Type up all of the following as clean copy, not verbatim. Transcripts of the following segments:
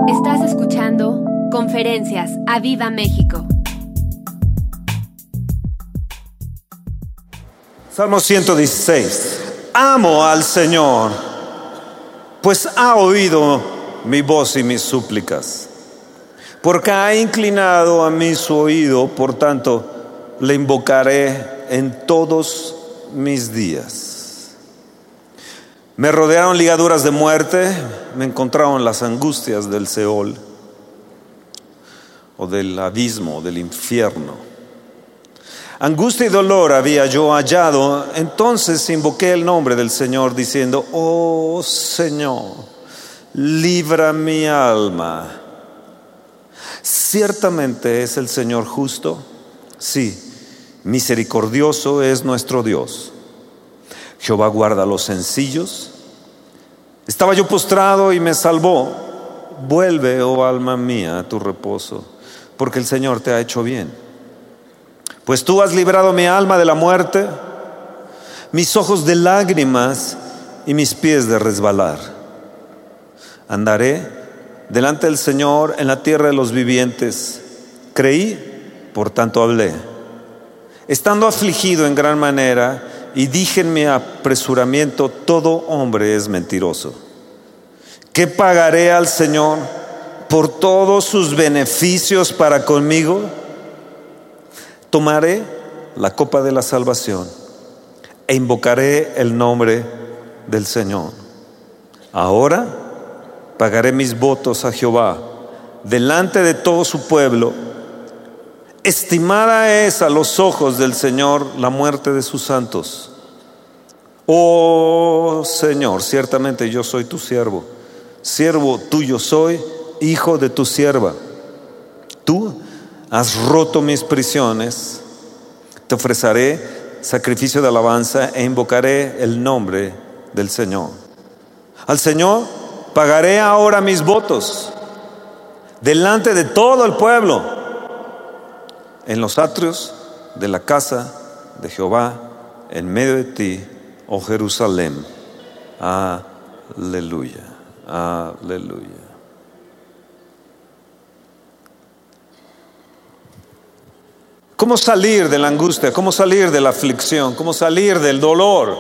Estás escuchando Conferencias a Viva México. Salmo 116. Amo al Señor, pues ha oído mi voz y mis súplicas. Porque ha inclinado a mí su oído, por tanto, le invocaré en todos mis días. Me rodearon ligaduras de muerte, me encontraron las angustias del Seol, o del abismo, del infierno. Angustia y dolor había yo hallado, entonces invoqué el nombre del Señor, diciendo: oh Señor, libra mi alma. Ciertamente es el Señor justo, sí, misericordioso es nuestro Dios. Jehová guarda a los sencillos. Estaba yo postrado y me salvó. Vuelve, oh alma mía, a tu reposo, porque el Señor te ha hecho bien. Pues tú has librado mi alma de la muerte, mis ojos de lágrimas y mis pies de resbalar. Andaré delante del Señor en la tierra de los vivientes. Creí, por tanto hablé. Estando afligido en gran manera, y dije en mi apresuramiento: todo hombre es mentiroso. ¿Qué pagaré al Señor por todos sus beneficios para conmigo? Tomaré la copa de la salvación e invocaré el nombre del Señor. Ahora pagaré mis votos a Jehová delante de todo su pueblo. Estimada es a los ojos del Señor la muerte de sus santos. Oh Señor, ciertamente yo soy tu siervo, siervo tuyo soy, hijo de tu sierva. Tú has roto mis prisiones. Te ofreceré sacrificio de alabanza e invocaré el nombre del Señor. Al Señor pagaré ahora mis votos delante de todo el pueblo, en los atrios de la casa de Jehová, en medio de ti, oh Jerusalén. Aleluya, aleluya. ¿Cómo salir de la angustia? ¿Cómo salir de la aflicción? ¿Cómo salir del dolor?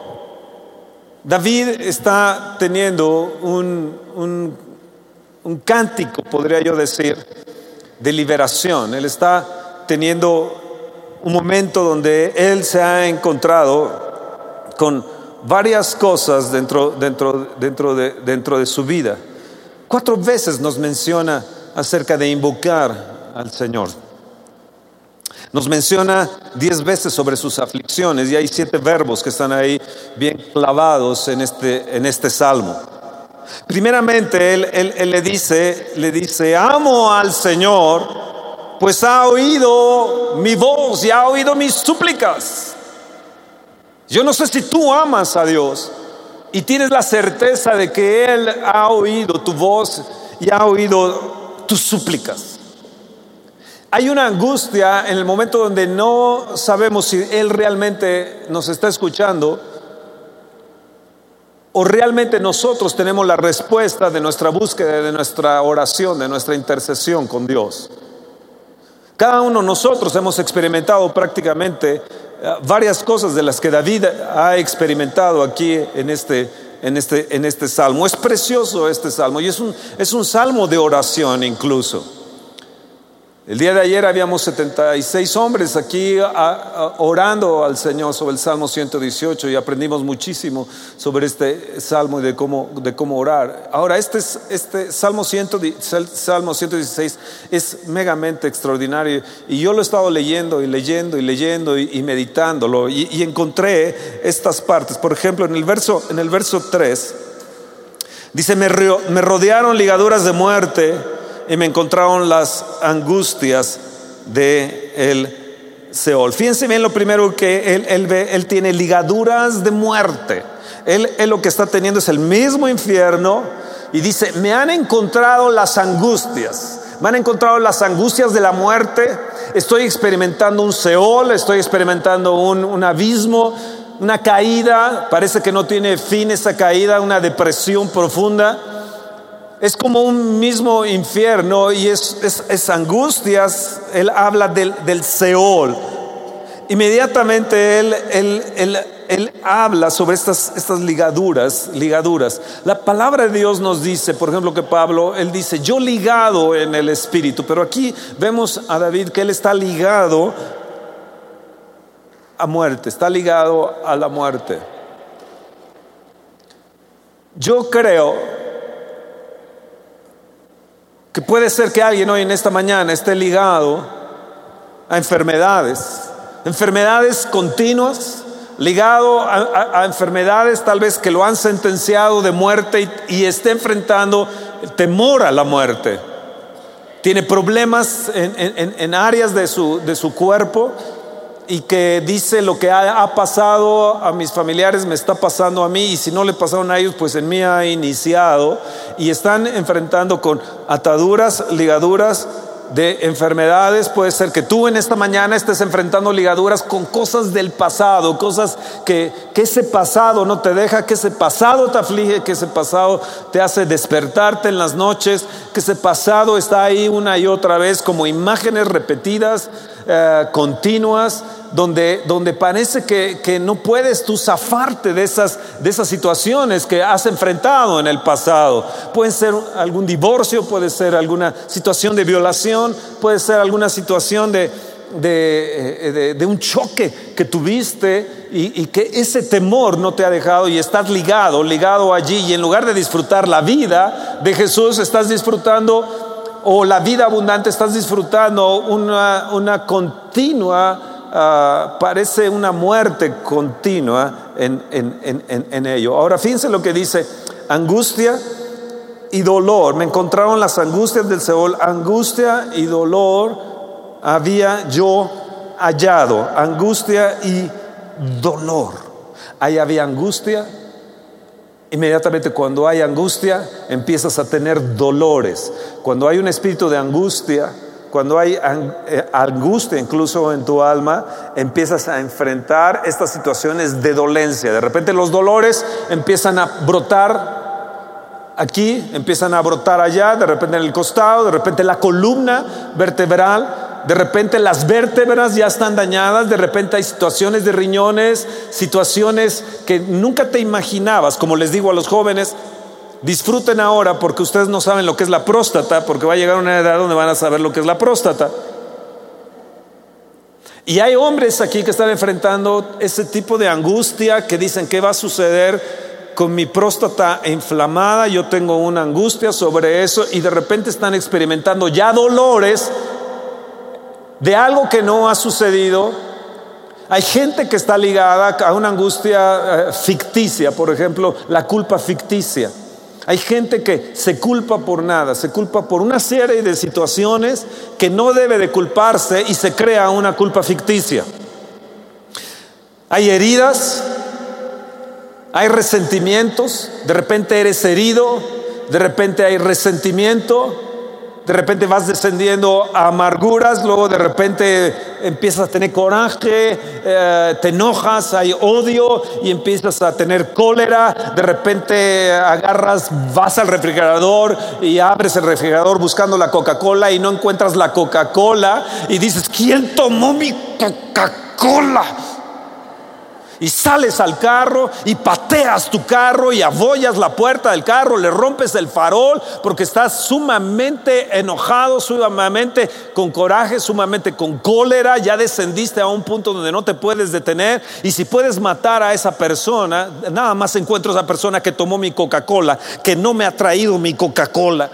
David está teniendo un cántico, podría yo decir, de liberación. Él está teniendo un momento donde él se ha encontrado con varias cosas dentro de su vida. 4 veces nos menciona acerca de invocar al Señor. Nos menciona 10 veces sobre sus aflicciones, y hay 7 verbos que están ahí bien clavados en este salmo. Primeramente él le dice: amo al Señor, pues ha oído mi voz y ha oído mis súplicas. Yo no sé si tú amas a Dios y tienes la certeza de que Él ha oído tu voz y ha oído tus súplicas. Hay una angustia en el momento donde no sabemos si Él realmente nos está escuchando, o realmente nosotros tenemos la respuesta de nuestra búsqueda, de nuestra oración, de nuestra intercesión con Dios. Cada uno de nosotros hemos experimentado prácticamente varias cosas de las que David ha experimentado aquí en este salmo. Es precioso este salmo, y es un salmo de oración incluso. El día de ayer habíamos 76 hombres aquí orando al Señor sobre el Salmo 118, y aprendimos muchísimo sobre este salmo y de cómo orar. Ahora, este Salmo 116 es megamente extraordinario, y yo lo he estado leyendo y meditándolo, y encontré estas partes. Por ejemplo, en el verso 3 dice: me rodearon ligaduras de muerte y me encontraron las angustias de el Seol. Fíjense bien lo primero que él ve. Él tiene ligaduras de muerte. Él lo que está teniendo es el mismo infierno, y dice: me han encontrado las angustias. Me han encontrado las angustias de la muerte. Estoy experimentando un Seol, estoy experimentando un abismo, una caída. Parece que no tiene fin esa caída, una depresión profunda. es como un mismo infierno y es angustias. Él habla del Seol. Inmediatamente él habla sobre estas ligaduras. La palabra de Dios nos dice, por ejemplo, que Pablo, él dice, yo ligado en el espíritu. Pero aquí vemos a David que él está ligado a muerte, está ligado a la muerte. Yo creo que puede ser que alguien hoy en esta mañana esté ligado a enfermedades continuas, ligado a enfermedades tal vez que lo han sentenciado de muerte y esté enfrentando el temor a la muerte. Tiene problemas en áreas de su cuerpo y que dice, lo que ha pasado a mis familiares me está pasando a mí, y si no le pasaron a ellos, pues en mí ha iniciado, y están enfrentando con ataduras, ligaduras de enfermedades. Puede ser que tú en esta mañana estés enfrentando ligaduras con cosas del pasado, cosas que ese pasado no te deja, que ese pasado te aflige, que ese pasado te hace despertarte en las noches, que ese pasado está ahí una y otra vez como imágenes repetidas, continuas, donde parece que no puedes tú zafarte de esas situaciones que has enfrentado en el pasado. Puede ser algún divorcio, puede ser alguna situación de violación, puede ser alguna situación de un choque que tuviste y que ese temor no te ha dejado, y estás ligado allí, y en lugar de disfrutar la vida de Jesús, estás disfrutando, o la vida abundante, estás disfrutando una continua, parece una muerte continua en ello. Ahora fíjense lo que dice: angustia y dolor. Me encontraron las angustias del Seol, angustia y dolor había yo hallado. Angustia y dolor. Ahí había angustia. Inmediatamente cuando hay angustia, empiezas a tener dolores. Cuando hay un espíritu de angustia, cuando hay angustia incluso en tu alma, empiezas a enfrentar estas situaciones de dolencia. De repente los dolores empiezan a brotar aquí, empiezan a brotar allá, de repente en el costado, de repente la columna vertebral, de repente las vértebras ya están dañadas, de repente hay situaciones de riñones, situaciones que nunca te imaginabas. Como les digo a los jóvenes, disfruten ahora, porque ustedes no saben lo que es la próstata, porque va a llegar una edad donde van a saber lo que es la próstata. Y hay hombres aquí que están enfrentando ese tipo de angustia, que dicen: ¿qué va a suceder con mi próstata inflamada? Yo tengo una angustia sobre eso, y de repente están experimentando ya dolores de algo que no ha sucedido. Hay gente que está ligada a una angustia ficticia, por ejemplo, la culpa ficticia. Hay gente que se culpa por nada, se culpa por una serie de situaciones que no debe de culparse, y se crea una culpa ficticia. Hay heridas, hay resentimientos, de repente eres herido, de repente hay resentimiento, de repente vas descendiendo a amarguras, luego de repente empiezas a tener coraje, te enojas, hay odio y empiezas a tener cólera. De repente vas al refrigerador y abres el refrigerador buscando la Coca-Cola y no encuentras la Coca-Cola y dices: ¿quién tomó mi Coca-Cola? Y sales al carro y pateas tu carro y abollas la puerta del carro, le rompes el farol porque estás sumamente enojado, sumamente con coraje, sumamente con cólera. Ya descendiste a un punto donde no te puedes detener, y si puedes matar a esa persona, nada más encuentro a esa persona que tomó mi Coca-Cola, que no me ha traído mi Coca-Cola.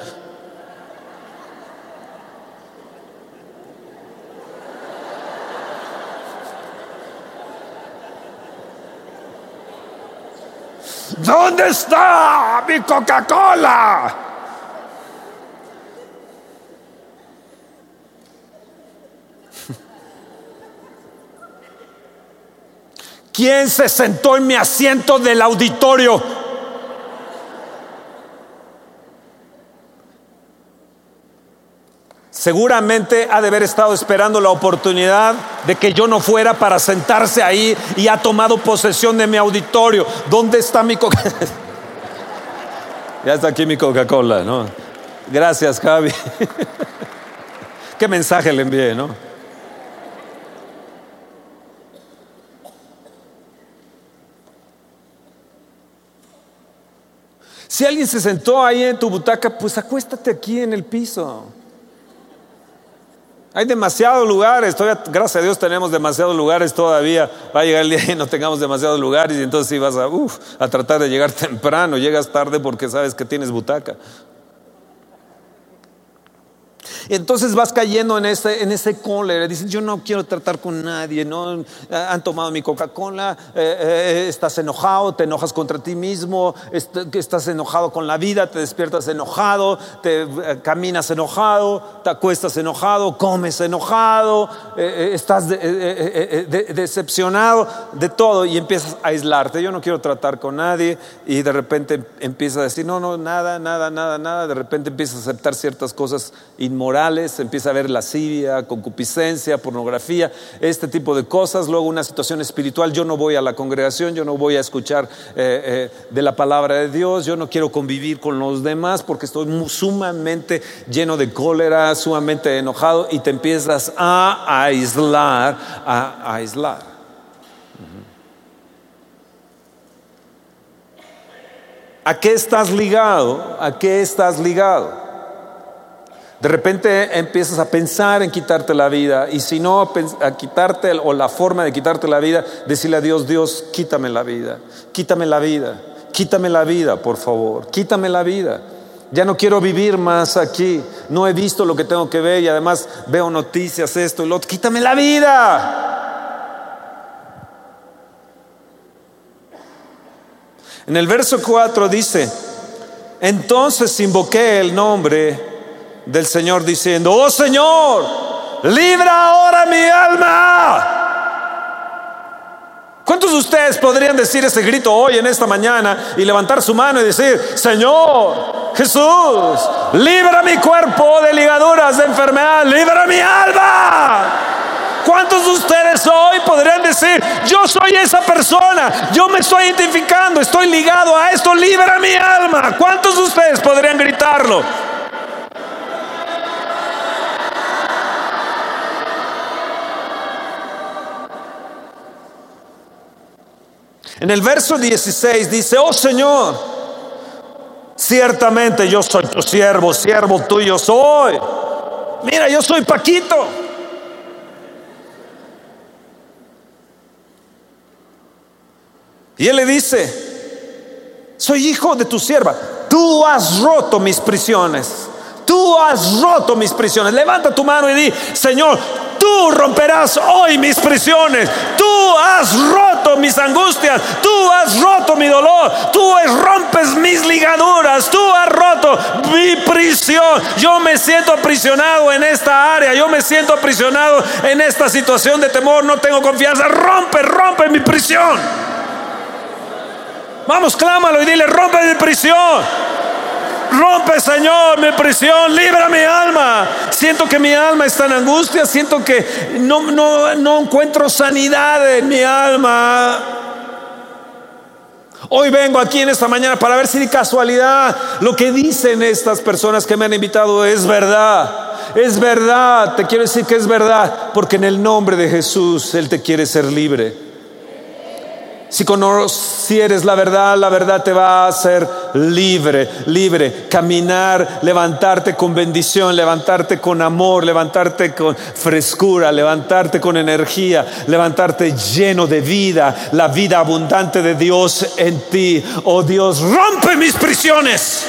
¿Dónde está mi Coca-Cola? ¿Quién se sentó en mi asiento del auditorio? Seguramente ha de haber estado esperando la oportunidad de que yo no fuera para sentarse ahí, y ha tomado posesión de mi auditorio. ¿Dónde está mi Coca-Cola? Ya está aquí mi Coca-Cola, ¿no? Gracias, Javi. ¿Qué mensaje le envié, no? Si alguien se sentó ahí en tu butaca, pues acuéstate aquí en el piso. Hay demasiados lugares, todavía, gracias a Dios tenemos demasiados lugares todavía. Va a llegar el día y no tengamos demasiados lugares y entonces sí vas a tratar de llegar temprano, llegas tarde porque sabes que tienes butaca. Entonces vas cayendo en ese cólera. Dicen, yo no quiero tratar con nadie, no han tomado mi Coca-Cola, estás enojado, te enojas contra ti mismo, estás enojado con la vida, te despiertas enojado, caminas enojado, te acuestas enojado, comes enojado, estás decepcionado de todo y empiezas a aislarte. Yo no quiero tratar con nadie y de repente empiezas a decir, no, nada. De repente empiezas a aceptar ciertas cosas inmorales, empieza a ver lascivia, concupiscencia, pornografía, este tipo de cosas. Luego una situación espiritual, yo no voy a la congregación, yo no voy a escuchar de la palabra de Dios, yo no quiero convivir con los demás porque estoy sumamente lleno de cólera, sumamente enojado y te empiezas a aislar. ¿A qué estás ligado? ¿A qué estás ligado? De repente empiezas a pensar en quitarte la vida y si no, a quitarte o la forma de quitarte la vida, decirle a Dios, Dios, quítame la vida, por favor, quítame la vida. Ya no quiero vivir más aquí, no he visto lo que tengo que ver y además veo noticias, esto y lo otro, quítame la vida. En el verso 4 dice, entonces invoqué el nombre del Señor diciendo, oh Señor, libra ahora mi alma. ¿Cuántos de ustedes podrían decir ese grito hoy en esta mañana y levantar su mano y decir, Señor Jesús, libra mi cuerpo de ligaduras de enfermedad, libra mi alma? ¿Cuántos de ustedes hoy podrían decir, yo soy esa persona, yo me estoy identificando, estoy ligado a esto, libra mi alma? ¿Cuántos de ustedes podrían gritarlo? En el verso 16 dice, oh Señor, ciertamente yo soy tu siervo, siervo tuyo soy. Mira, yo soy Paquito. Y él le dice, soy hijo de tu sierva, tú has roto mis prisiones. Tú has roto mis prisiones. Levanta tu mano y di, Señor, tú romperás hoy mis prisiones. Tú has roto mis angustias. Tú has roto mi dolor. Tú rompes mis ligaduras. Tú has roto mi prisión. Yo me siento aprisionado en esta área. Yo me siento aprisionado en esta situación de temor. No tengo confianza. Rompe mi prisión. Vamos, clámalo y dile, rompe mi prisión. Rompe, Señor, mi prisión, libra mi alma. Siento que mi alma está en angustia, siento que no encuentro sanidad en mi alma. Hoy vengo aquí en esta mañana para ver si de casualidad lo que dicen estas personas que me han invitado es verdad. Es verdad, te quiero decir que es verdad, porque en el nombre de Jesús Él te quiere ser libre. Si conocieres la verdad te va a hacer libre, caminar, levantarte con bendición, levantarte con amor, levantarte con frescura, levantarte con energía, levantarte lleno de vida, la vida abundante de Dios en ti. Oh Dios, rompe mis prisiones.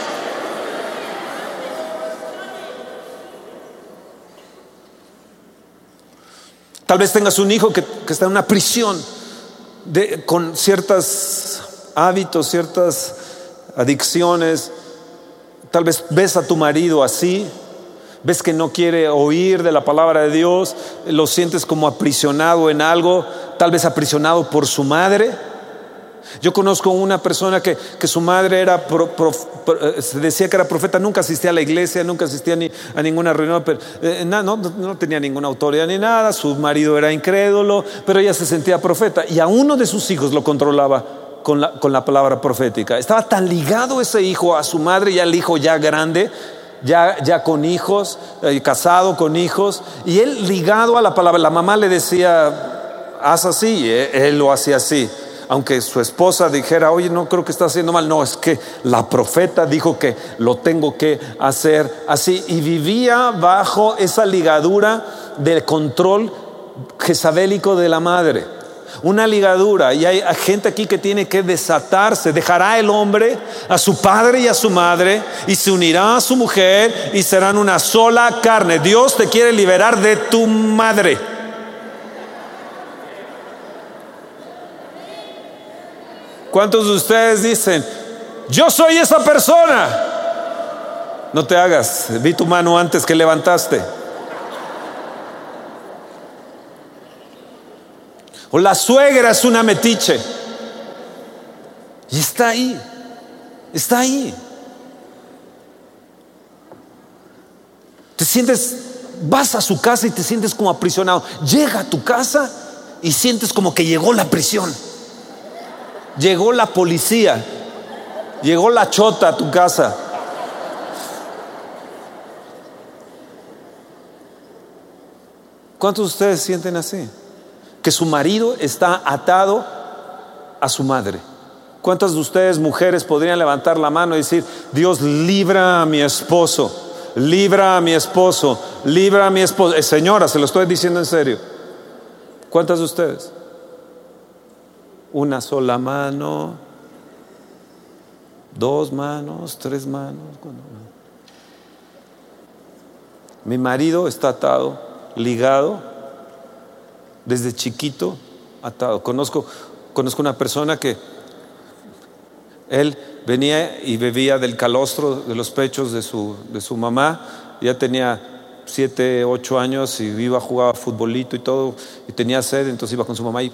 Tal vez tengas un hijo que está en una prisión con ciertos hábitos, ciertas adicciones. Tal vez ves a tu marido así, ves que no quiere oír de la palabra de Dios, lo sientes como aprisionado en algo, tal vez aprisionado por su madre. Yo conozco una persona que su madre era se decía que era profeta, nunca asistía a la iglesia, nunca asistía a ninguna reunión, pero no tenía ninguna autoridad ni nada. Su marido era incrédulo, pero ella se sentía profeta y a uno de sus hijos lo controlaba con la palabra profética. Estaba tan ligado ese hijo a su madre, ya el hijo ya grande, ya con hijos, casado con hijos, y él ligado a la palabra. La mamá le decía, haz así, y él lo hacía así. Aunque su esposa dijera, oye, no creo que está haciendo mal. No, es que la profeta dijo que lo tengo que hacer así. Y vivía bajo esa ligadura del control jezabélico de la madre. Una ligadura. Y hay gente aquí que tiene que desatarse. Dejará el hombre a su padre y a su madre, y se unirá a su mujer, y serán una sola carne. Dios te quiere liberar de tu madre. ¿Cuántos de ustedes dicen, yo soy esa persona? No te hagas, vi tu mano antes que levantaste. O la suegra es una metiche. Y está ahí, está ahí. Te sientes, vas a su casa y te sientes como aprisionado. Llega a tu casa y sientes como que llegó la prisión. Llegó la policía, llegó la chota a tu casa. ¿Cuántos de ustedes sienten así? Que su marido está atado a su madre. ¿Cuántas de ustedes, mujeres, podrían levantar la mano y decir, Dios, libra a mi esposo, libra a mi esposo, libra a mi esposo? Señora, se lo estoy diciendo en serio. ¿Cuántas de ustedes? Una sola mano, 2 manos, 3 manos. Mi marido está atado, ligado, desde chiquito, atado. Conozco una persona que él venía y bebía del calostro de los pechos de su mamá. Ya tenía 7, 8 años y jugaba futbolito y todo, y tenía sed, entonces iba con su mamá y...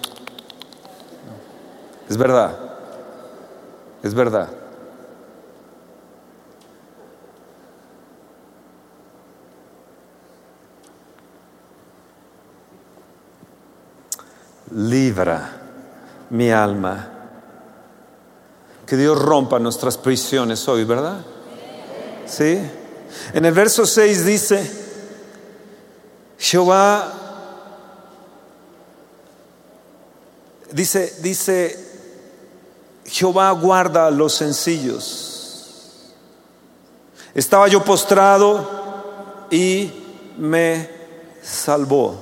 Es verdad, es verdad. Libra mi alma. Que Dios rompa nuestras prisiones hoy, ¿verdad? ¿Sí? En el verso 6 dice, Jehová, dice, Jehová guarda a los sencillos. Estaba yo postrado y me salvó.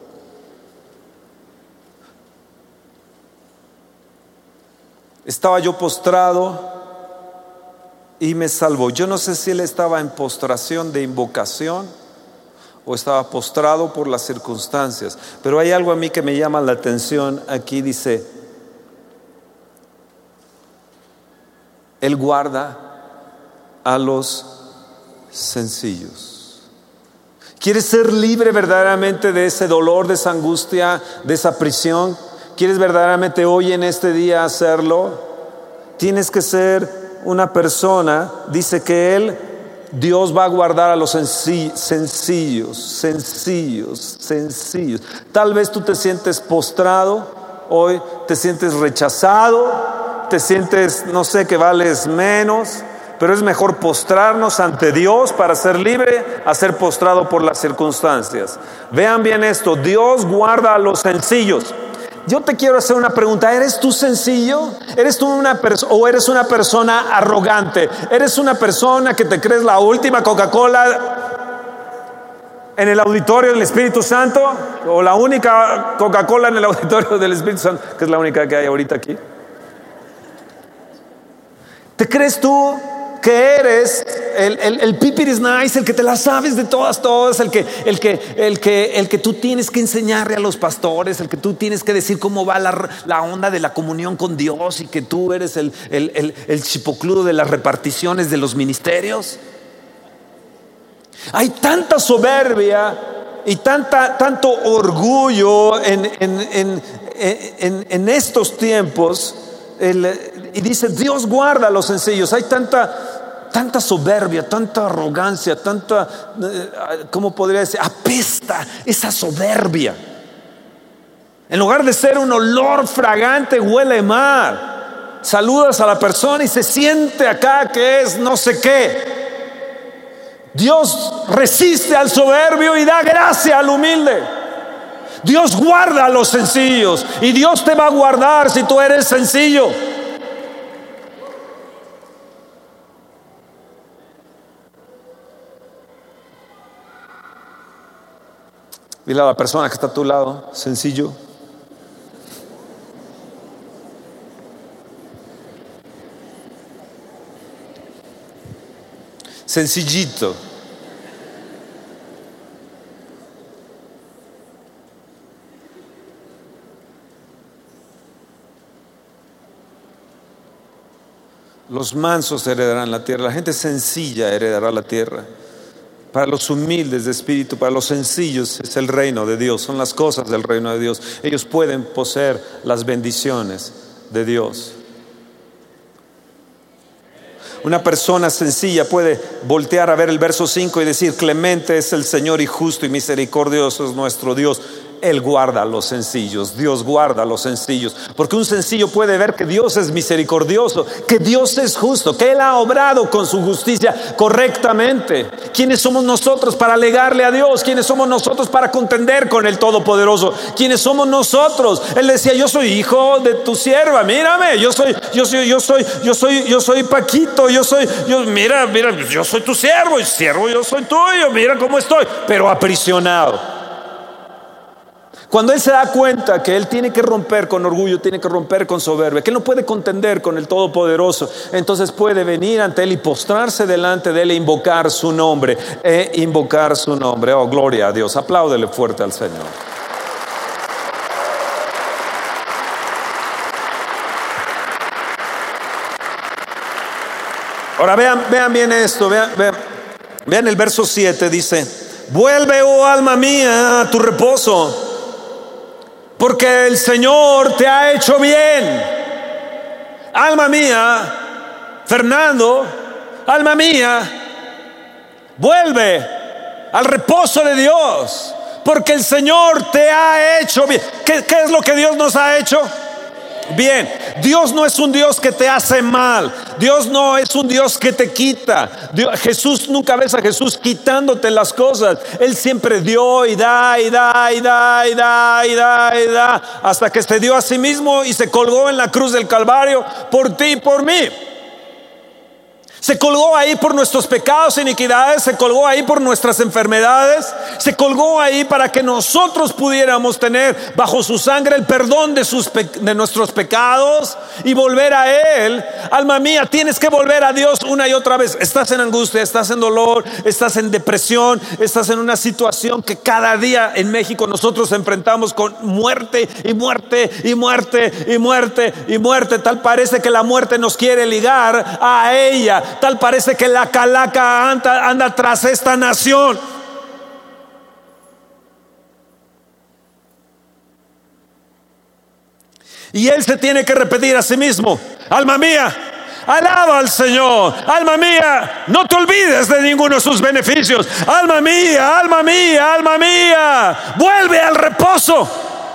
Estaba yo postrado y me salvó. Yo no sé si él estaba en postración de invocación o estaba postrado por las circunstancias, pero hay algo a mí que me llama la atención. Aquí dice, Él guarda a los sencillos. ¿Quieres ser libre verdaderamente de ese dolor, de esa angustia, de esa prisión? ¿Quieres verdaderamente hoy en este día hacerlo? Tienes que ser una persona, dice que Dios va a guardar a los sencillos. Tal vez tú te sientes postrado, hoy te sientes rechazado, te sientes, no sé, que vales menos, pero es mejor postrarnos ante Dios para ser libre a ser postrado por las circunstancias. Vean bien esto, Dios guarda a los sencillos. Yo te quiero hacer una pregunta, ¿eres tú sencillo? ¿Eres tú o eres una persona arrogante? ¿Eres una persona que te crees la última Coca-Cola en el auditorio del Espíritu Santo? ¿O la única Coca-Cola en el auditorio del Espíritu Santo, que es la única que hay ahorita aquí? ¿Te crees tú que eres el pipiris nice, el que te la sabes de todas, el que tú tienes que enseñarle a los pastores, el que tú tienes que decir cómo va la onda de la comunión con Dios, y que tú eres el chipocludo de las reparticiones de los ministerios? Hay tanta soberbia y tanto orgullo en estos tiempos. Y dice, Dios guarda a los sencillos. Hay tanta soberbia, tanta arrogancia, ¿cómo podría decir? Apesta esa soberbia. En lugar de ser un olor fragante, huele mal. saludas a la persona y se siente acá que es no sé qué. Dios resiste al soberbio y da gracia al humilde. Dios guarda a los sencillos y Dios te va a guardar si tú eres sencillo. Dile a la persona que está a tu lado, sencillo. Sencillito. Los mansos heredarán la tierra. La gente sencilla heredará la tierra. Para los humildes de espíritu, para los sencillos es el reino de Dios. Son las cosas del reino de Dios. Ellos pueden poseer las bendiciones de Dios. Una persona sencilla puede voltear a ver el verso 5 y decir: clemente es el Señor y justo y misericordioso es nuestro Dios. Él guarda a los sencillos, Dios guarda a los sencillos. Porque un sencillo puede ver que Dios es misericordioso, que Dios es justo, que Él ha obrado con su justicia correctamente. ¿Quiénes somos nosotros para alegarle a Dios? ¿Quiénes somos nosotros para contender con el Todopoderoso? ¿Quiénes somos nosotros? Él decía: yo soy hijo de tu sierva, mírame, yo soy Paquito, mira, yo soy tu siervo, y siervo yo soy tuyo, mira cómo estoy, pero aprisionado. Cuando él se da cuenta que él tiene que romper con orgullo, tiene que romper con soberbia, que él no puede contender con el Todopoderoso, entonces puede venir ante él y postrarse delante de él e invocar su nombre. Oh, gloria a Dios. Apláudele fuerte al Señor. Ahora vean bien esto, vean el verso 7, dice: vuelve, oh alma mía, a tu reposo, porque el Señor te ha hecho bien. Alma mía, Fernando, alma mía, vuelve al reposo de Dios, porque el Señor te ha hecho bien. ¿Qué es lo que Dios nos ha hecho? Bien. Dios no es un Dios que te hace mal. Dios no es un Dios que te quita. Jesús, nunca ves a Jesús quitándote las cosas. Él siempre dio y da y da y da y da y da y da, hasta que se dio a sí mismo y se colgó en la cruz del Calvario por ti y por mí. Se colgó ahí por nuestros pecados e iniquidades, se colgó ahí por nuestras enfermedades, se colgó ahí para que nosotros pudiéramos tener bajo su sangre el perdón de nuestros pecados y volver a Él. Alma mía, tienes que volver a Dios una y otra vez. Estás en angustia, estás en dolor, estás en depresión, estás en una situación que cada día en México nosotros enfrentamos con muerte y muerte y muerte y muerte y muerte. Tal parece que la muerte nos quiere ligar a ella. Tal parece que la calaca anda tras esta nación. Y él se tiene que repetir a sí mismo: alma mía, alaba al Señor. Alma mía, no te olvides de ninguno de sus beneficios. Alma mía, alma mía, alma mía, vuelve al reposo.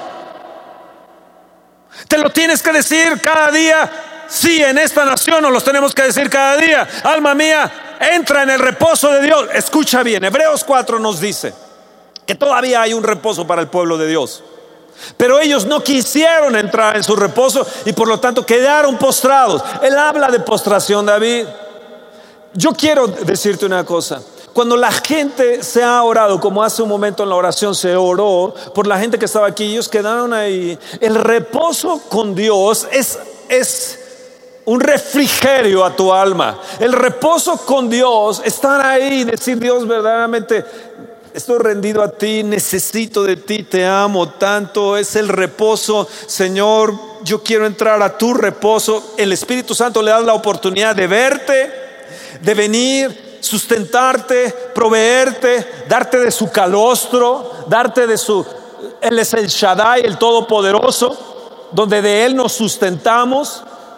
Te lo tienes que decir cada día. Sí, en esta nación nos los tenemos que decir cada día. Alma mía, entra en el reposo de Dios. Escucha bien, Hebreos 4 nos dice que todavía hay un reposo para el pueblo de Dios, pero ellos no quisieron entrar en su reposo y por lo tanto quedaron postrados. Él habla de postración, David. Yo quiero decirte una cosa. Cuando la gente se ha orado, como hace un momento en la oración se oró por la gente que estaba aquí, ellos quedaron ahí. El reposo con Dios es un refrigerio a tu alma. El reposo con Dios, estar ahí y decir: Dios, verdaderamente estoy rendido a ti, necesito de ti, te amo tanto. Es el reposo. Señor, yo quiero entrar a tu reposo. El Espíritu Santo le da la oportunidad de verte, de venir, sustentarte, proveerte, darte de su calostro, darte de su... Él es el Shaddai, el Todopoderoso, donde de Él nos sustentamos.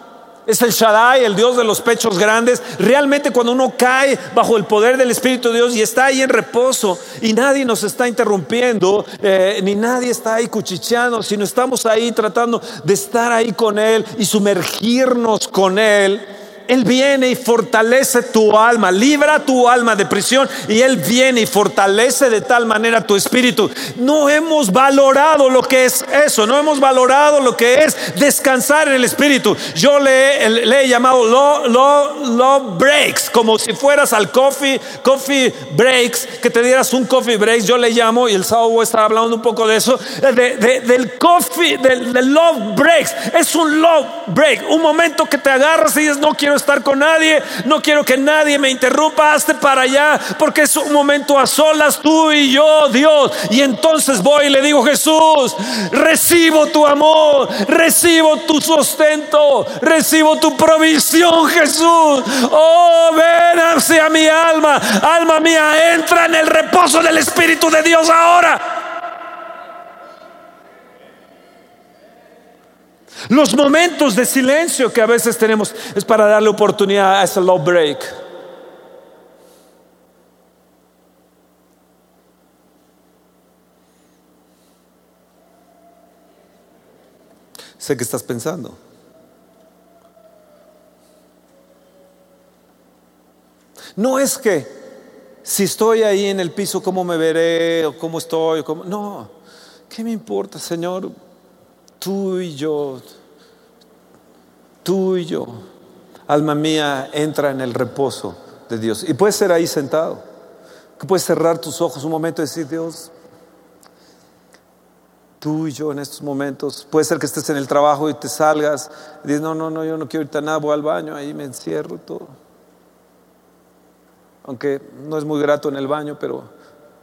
Es el Shaddai, el Dios de los pechos grandes. Realmente cuando uno cae bajo el poder del Espíritu de Dios y está ahí en reposo y nadie nos está interrumpiendo, ni nadie está ahí cuchicheando, sino estamos ahí tratando de estar ahí con Él y sumergirnos con Él. Él viene y fortalece tu alma, libra tu alma de prisión, y Él viene y fortalece de tal manera tu espíritu. No hemos valorado lo que es eso, no hemos valorado lo que es descansar en el espíritu. Yo le he llamado love breaks, como si fueras al coffee breaks, que te dieras un coffee breaks. Yo le llamo, y el sábado voy a estar hablando un poco de eso, del coffee, del love breaks. Es un love break, un momento que te agarras y dices: no quiero estar con nadie, no quiero que nadie me interrumpa, hazte para allá, porque es un momento a solas, tú y yo, Dios. Y entonces voy y le digo: Jesús, recibo tu amor, recibo tu sustento, recibo tu provisión, Jesús. Oh, ven hacia mi alma, alma mía, entra en el reposo del Espíritu de Dios ahora. Los momentos de silencio que a veces tenemos es para darle oportunidad a ese love break. Sé que estás pensando. No es que si estoy ahí en el piso, ¿cómo me veré? ¿O cómo estoy? No, ¿qué me importa, Señor? Tú y yo, alma mía, entra en el reposo de Dios. Y puedes ser ahí sentado, que puedes cerrar tus ojos un momento y decir: Dios, tú y yo en estos momentos. Puede ser que estés en el trabajo y te salgas y dices: no, yo no quiero ahorita nada, voy al baño, ahí me encierro todo. Aunque no es muy grato en el baño, pero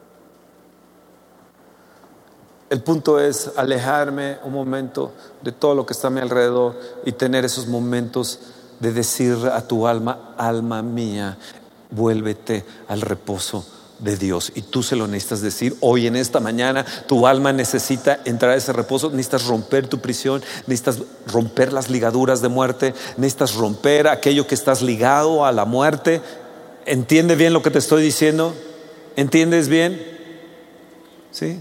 el punto es alejarme un momento de todo lo que está a mi alrededor y tener esos momentos de decir a tu alma: alma mía, vuélvete al reposo de Dios. Y tú se lo necesitas decir hoy, en esta mañana. Tu alma necesita entrar a ese reposo. Necesitas romper tu prisión, necesitas romper las ligaduras de muerte, necesitas romper aquello que estás ligado a la muerte. ¿Entiende bien lo que te estoy diciendo? ¿Entiendes bien? ¿Sí?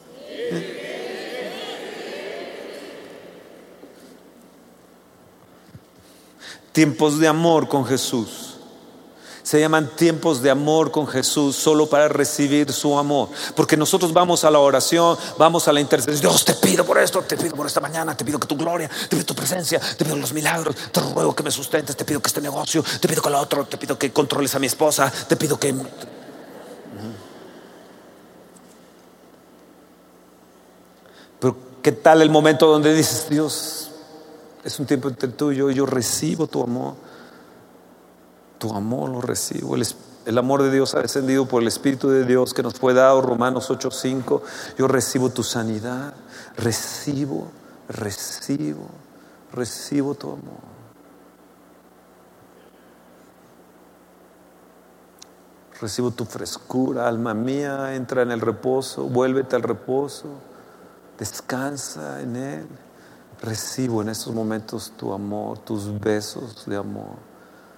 Tiempos de amor con Jesús. Se llaman tiempos de amor con Jesús, solo para recibir su amor. Porque nosotros vamos a la oración, vamos a la intercesión: Dios, te pido por esto, te pido por esta mañana, te pido que tu gloria, te pido tu presencia, te pido los milagros, te ruego que me sustentes, te pido que este negocio, te pido que lo otro, te pido que controles a mi esposa, te pido que... Pero ¿qué tal el momento donde dices: Dios, es un tiempo entre tú y yo recibo tu amor? Tu amor lo recibo. El amor de Dios ha descendido por el Espíritu de Dios que nos fue dado, Romanos 8:5. Yo recibo tu sanidad, recibo tu amor. Recibo tu frescura, alma mía, entra en el reposo, vuélvete al reposo, descansa en Él. Recibo en estos momentos tu amor, tus besos de amor.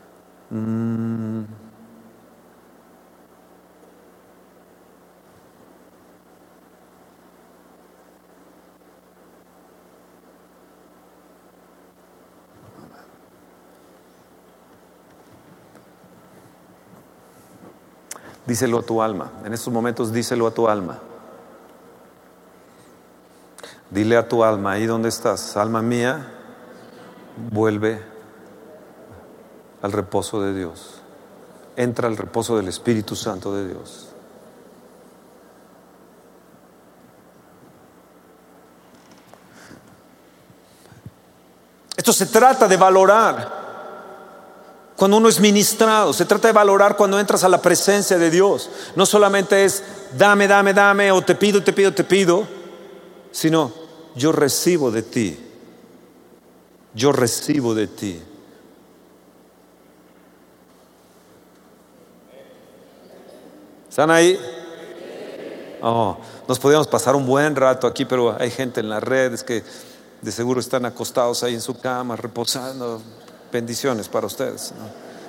Díselo a tu alma. En estos momentos díselo a tu alma. Dile a tu alma, ahí donde estás: alma mía, vuelve al reposo de Dios. Entra al reposo del Espíritu Santo de Dios. Esto se trata de valorar cuando uno es ministrado. Se trata de valorar cuando entras a la presencia de Dios. No solamente es dame, o te pido, sino yo recibo de ti. Yo recibo de ti. ¿Están ahí? Oh, nos podíamos pasar un buen rato aquí, pero hay gente en las redes que de seguro están acostados ahí en su cama, reposando, bendiciones para ustedes, ¿no?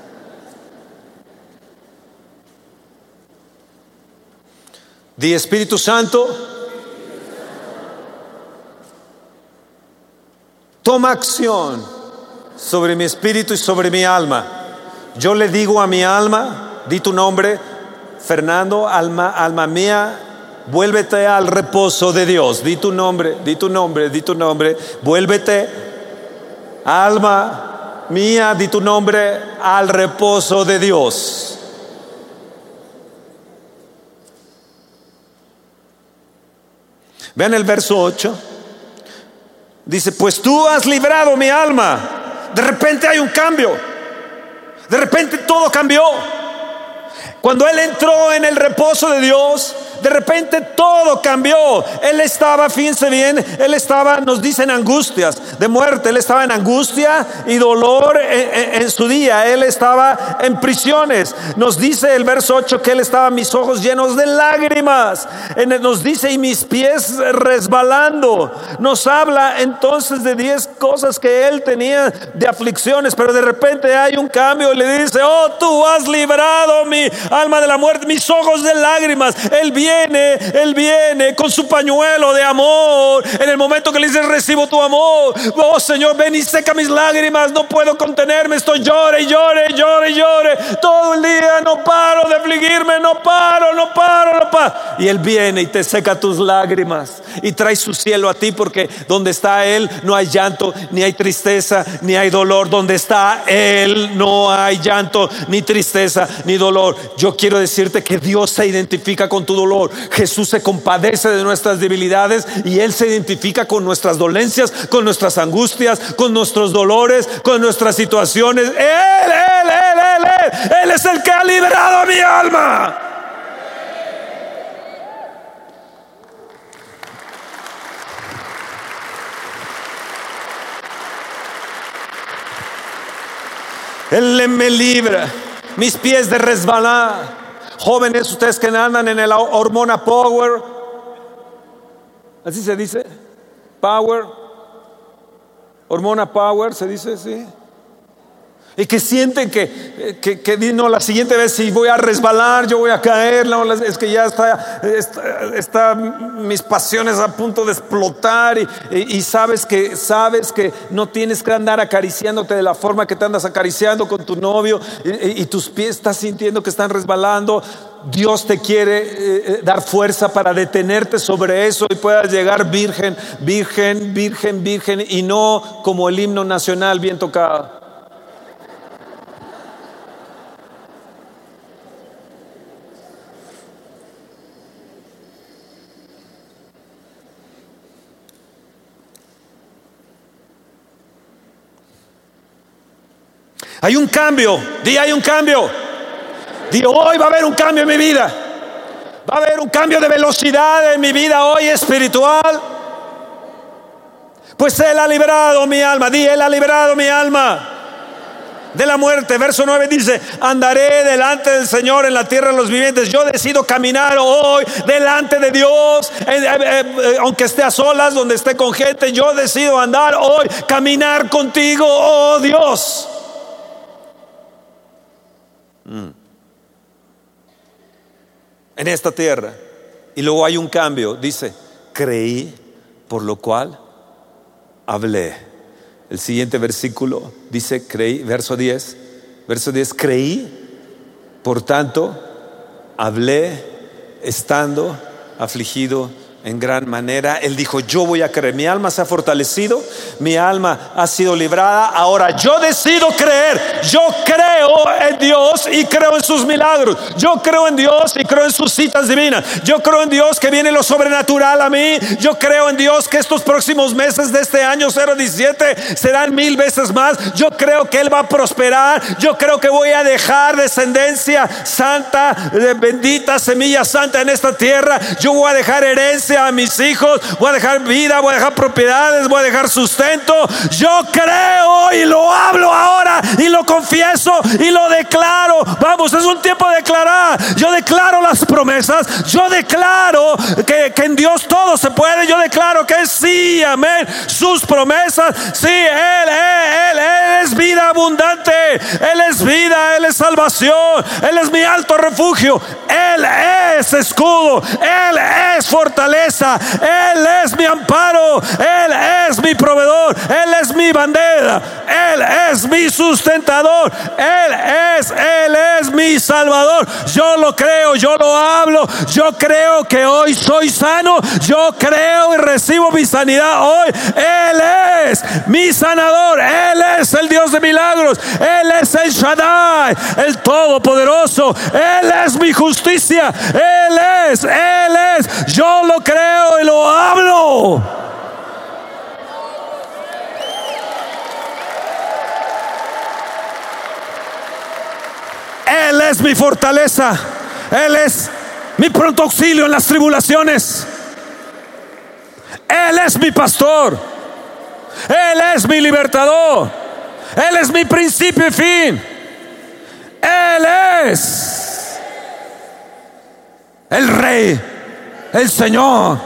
Di: Espíritu Santo, toma acción sobre mi espíritu y sobre mi alma. Yo le digo a mi alma, di tu nombre, Fernando, alma mía, vuélvete al reposo de Dios. Di tu nombre, di tu nombre, di tu nombre. Vuélvete, alma mía, di tu nombre, al reposo de Dios. Vean el verso 8. Dice: pues tú has librado mi alma. De repente hay un cambio. De repente todo cambió. Cuando él entró en el reposo de Dios, de repente todo cambió. Él estaba, fíjense bien, él estaba, nos dicen, angustias de muerte. Él estaba en angustia y dolor en su día. Él estaba en prisiones. Nos dice el verso 8 que él estaba, mis ojos llenos de lágrimas. Nos dice, y mis pies resbalando. Nos habla entonces de 10 cosas que él tenía de aflicciones, pero de repente hay un cambio y le dice: oh, tú has librado mi alma de la muerte, mis ojos de lágrimas. Él viene con su pañuelo de amor. En el momento que le dice: recibo tu amor, oh Señor, ven y seca mis lágrimas. No puedo contenerme, estoy llore y llore, llore y llore todo el día. No paro de afligirme, no paro. Y Él viene y te seca tus lágrimas y trae su cielo a ti, porque donde está Él no hay llanto, ni hay tristeza, ni hay dolor. Donde está Él no hay llanto, ni tristeza, ni dolor. Yo quiero decirte que Dios se identifica con tu dolor. Jesús se compadece de nuestras debilidades y Él se identifica con nuestras dolencias, con nuestras angustias, con nuestros dolores, con nuestras situaciones. Él es el que ha librado a mi alma. Él me libra mis pies de resbalar. Jóvenes, ustedes que andan en la hormona Power, así se dice, Power, hormona Power, se dice, sí. Y que sienten que no, la siguiente vez si voy a resbalar, yo voy a caer. No, es que ya está mis pasiones a punto de explotar. Y sabes que no tienes que andar acariciándote de la forma que te andas acariciando con tu novio. Y tus pies estás sintiendo que están resbalando. Dios te quiere dar fuerza para detenerte sobre eso y puedas llegar virgen, virgen, virgen, virgen, y no como el himno nacional bien tocado. Hay un cambio, hay un cambio. Hoy va a haber un cambio en mi vida. Va a haber un cambio de velocidad en mi vida hoy espiritual. Pues Él ha librado mi alma. Él ha librado mi alma de la muerte. Verso 9 dice: andaré delante del Señor en la tierra de los vivientes. Yo decido caminar hoy delante de Dios, aunque esté a solas, donde esté con gente. Yo decido andar hoy, caminar contigo, oh Dios. En esta tierra. Y luego hay un cambio. Dice: creí, por lo cual hablé. El siguiente versículo dice: creí, verso 10, creí, por tanto hablé, estando afligido en gran manera. Él dijo: yo voy a creer. Mi alma se ha fortalecido, mi alma ha sido librada. Ahora yo decido creer. Yo creo en Dios y creo en sus milagros. Yo creo en Dios y creo en sus citas divinas. Yo creo en Dios que viene lo sobrenatural a mí. Yo creo en Dios que estos próximos meses de este año 017 serán 1000 veces más. Yo creo que Él va a prosperar. Yo creo que voy a dejar descendencia santa, bendita semilla santa en esta tierra. Yo voy a dejar herencia herencia a mis hijos, voy a dejar vida, voy a dejar propiedades, voy a dejar sustento. Yo creo y lo hablo ahora y lo confieso y lo declaro. Vamos, es un tiempo de declarar. Yo declaro las promesas, yo declaro que en Dios todo se puede. Yo declaro que sí, amén, sus promesas, sí, Él es vida abundante, Él es vida, Él es salvación, Él es mi alto refugio, Él es escudo, Él es fortaleza, Él es mi amparo, Él es mi proveedor, Él es mi bandera, Él es mi sustentador, Él es mi salvador. Yo lo creo, yo lo hablo, yo creo que hoy soy sano, yo creo y recibo mi sanidad hoy. Él es mi sanador, Él es el Dios de milagros, Él es el Shaddai, el Todopoderoso, Él es mi justicia, Él es, yo lo creo y lo hablo. Él es mi fortaleza, Él es mi pronto auxilio en las tribulaciones, Él es mi pastor, Él es mi libertador, Él es mi principio y fin, Él es el Rey, el Señor.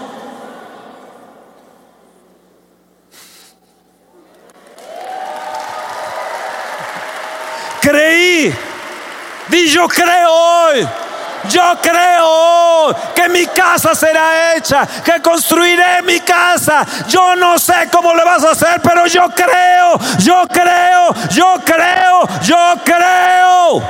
Creí, di yo creo hoy. Yo creo que mi casa será hecha, que construiré mi casa. Yo no sé cómo le vas a hacer, pero yo creo, yo creo, yo creo, yo creo.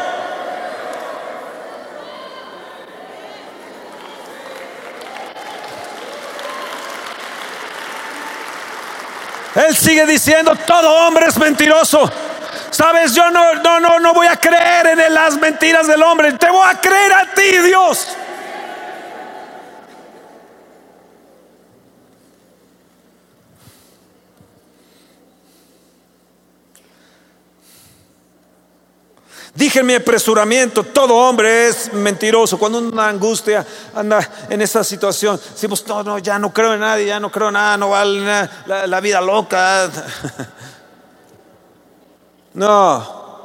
Él sigue diciendo, todo hombre es mentiroso. Sabes, yo no voy a creer en las mentiras del hombre. Te voy a creer a ti, Dios. Dije en mi apresuramiento, todo hombre es mentiroso. Cuando una angustia anda en esa situación, decimos, no, ya no creo en nadie, ya no creo en nada, no vale nada, la vida loca. No,